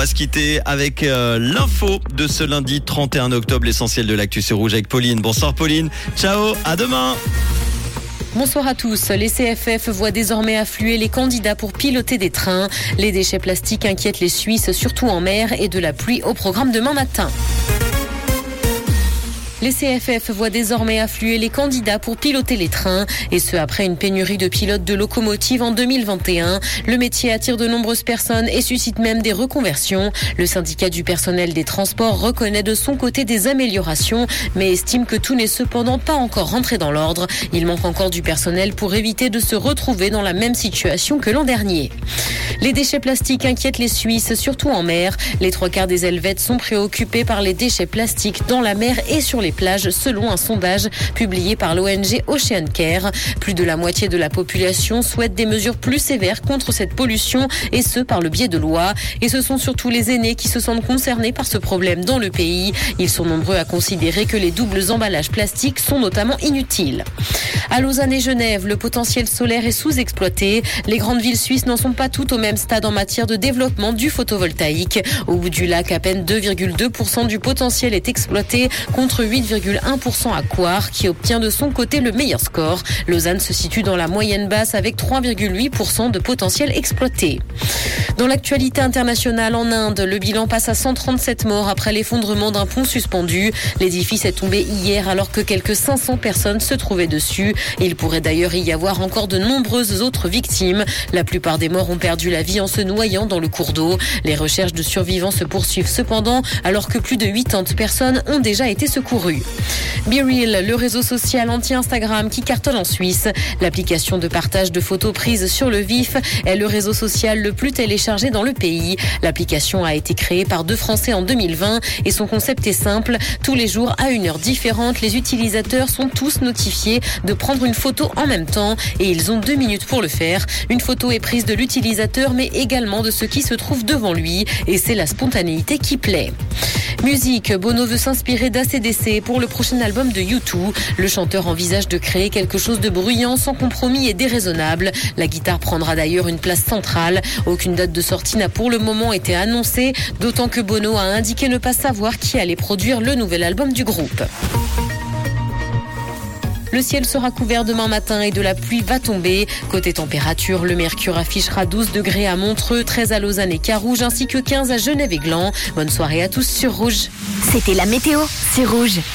va se quitter avec l'info de ce lundi 31 octobre, l'essentiel de l'actu sur Rouge avec Pauline. Bonsoir Pauline, ciao, à demain. Bonsoir à tous. Les CFF voient désormais affluer les candidats pour piloter des trains. Les déchets plastiques inquiètent les Suisses, surtout en mer, et de la pluie au programme demain matin. Les CFF voient désormais affluer les candidats pour piloter les trains, et ce après une pénurie de pilotes de locomotives en 2021. Le métier attire de nombreuses personnes et suscite même des reconversions. Le syndicat du personnel des transports reconnaît de son côté des améliorations, mais estime que tout n'est cependant pas encore rentré dans l'ordre. Il manque encore du personnel pour éviter de se retrouver dans la même situation que l'an dernier. Les déchets plastiques inquiètent les Suisses, surtout en mer. Les 3/4 des Helvètes sont préoccupés par les déchets plastiques dans la mer et sur les plages, selon un sondage publié par l'ONG Ocean Care. Plus de la moitié de la population souhaite des mesures plus sévères contre cette pollution, et ce par le biais de lois. Et ce sont surtout les aînés qui se sentent concernés par ce problème dans le pays. Ils sont nombreux à considérer que les doubles emballages plastiques sont notamment inutiles. À Lausanne et Genève, le potentiel solaire est sous-exploité. Les grandes villes suisses n'en sont pas toutes au même stade en matière de développement du photovoltaïque. Au bout du lac, à peine 2,2% du potentiel est exploité, contre 8,1% à Coire, qui obtient de son côté le meilleur score. Lausanne se situe dans la moyenne basse avec 3,8% de potentiel exploité. Dans l'actualité internationale, en Inde, le bilan passe à 137 morts après l'effondrement d'un pont suspendu. L'édifice est tombé hier alors que quelques 500 personnes se trouvaient dessus. Il pourrait d'ailleurs y avoir encore de nombreuses autres victimes. La plupart des morts ont perdu la vie en se noyant dans le cours d'eau. Les recherches de survivants se poursuivent cependant alors que plus de 80 personnes ont déjà été secourues. BeReal, le réseau social anti-Instagram qui cartonne en Suisse. L'application de partage de photos prises sur le vif est le réseau social le plus téléchargé dans le pays. L'application a été créée par 2 Français en 2020 et son concept est simple. Tous les jours, à une heure différente, les utilisateurs sont tous notifiés de prendre une photo en même temps et ils ont 2 minutes pour le faire. Une photo est prise de l'utilisateur mais également de ceux qui se trouvent devant lui, et c'est la spontanéité qui plaît. Musique, Bono veut s'inspirer d'ACDC pour le prochain album de U2. Le chanteur envisage de créer quelque chose de bruyant, sans compromis et déraisonnable. La guitare prendra d'ailleurs une place centrale. Aucune date de sortie n'a pour le moment été annoncée, d'autant que Bono a indiqué ne pas savoir qui allait produire le nouvel album du groupe. Le ciel sera couvert demain matin et de la pluie va tomber. Côté température, le mercure affichera 12 degrés à Montreux, 13 à Lausanne et Carouge, ainsi que 15 à Genève et Gland. Bonne soirée à tous sur Rouge. C'était la météo, c'est Rouge.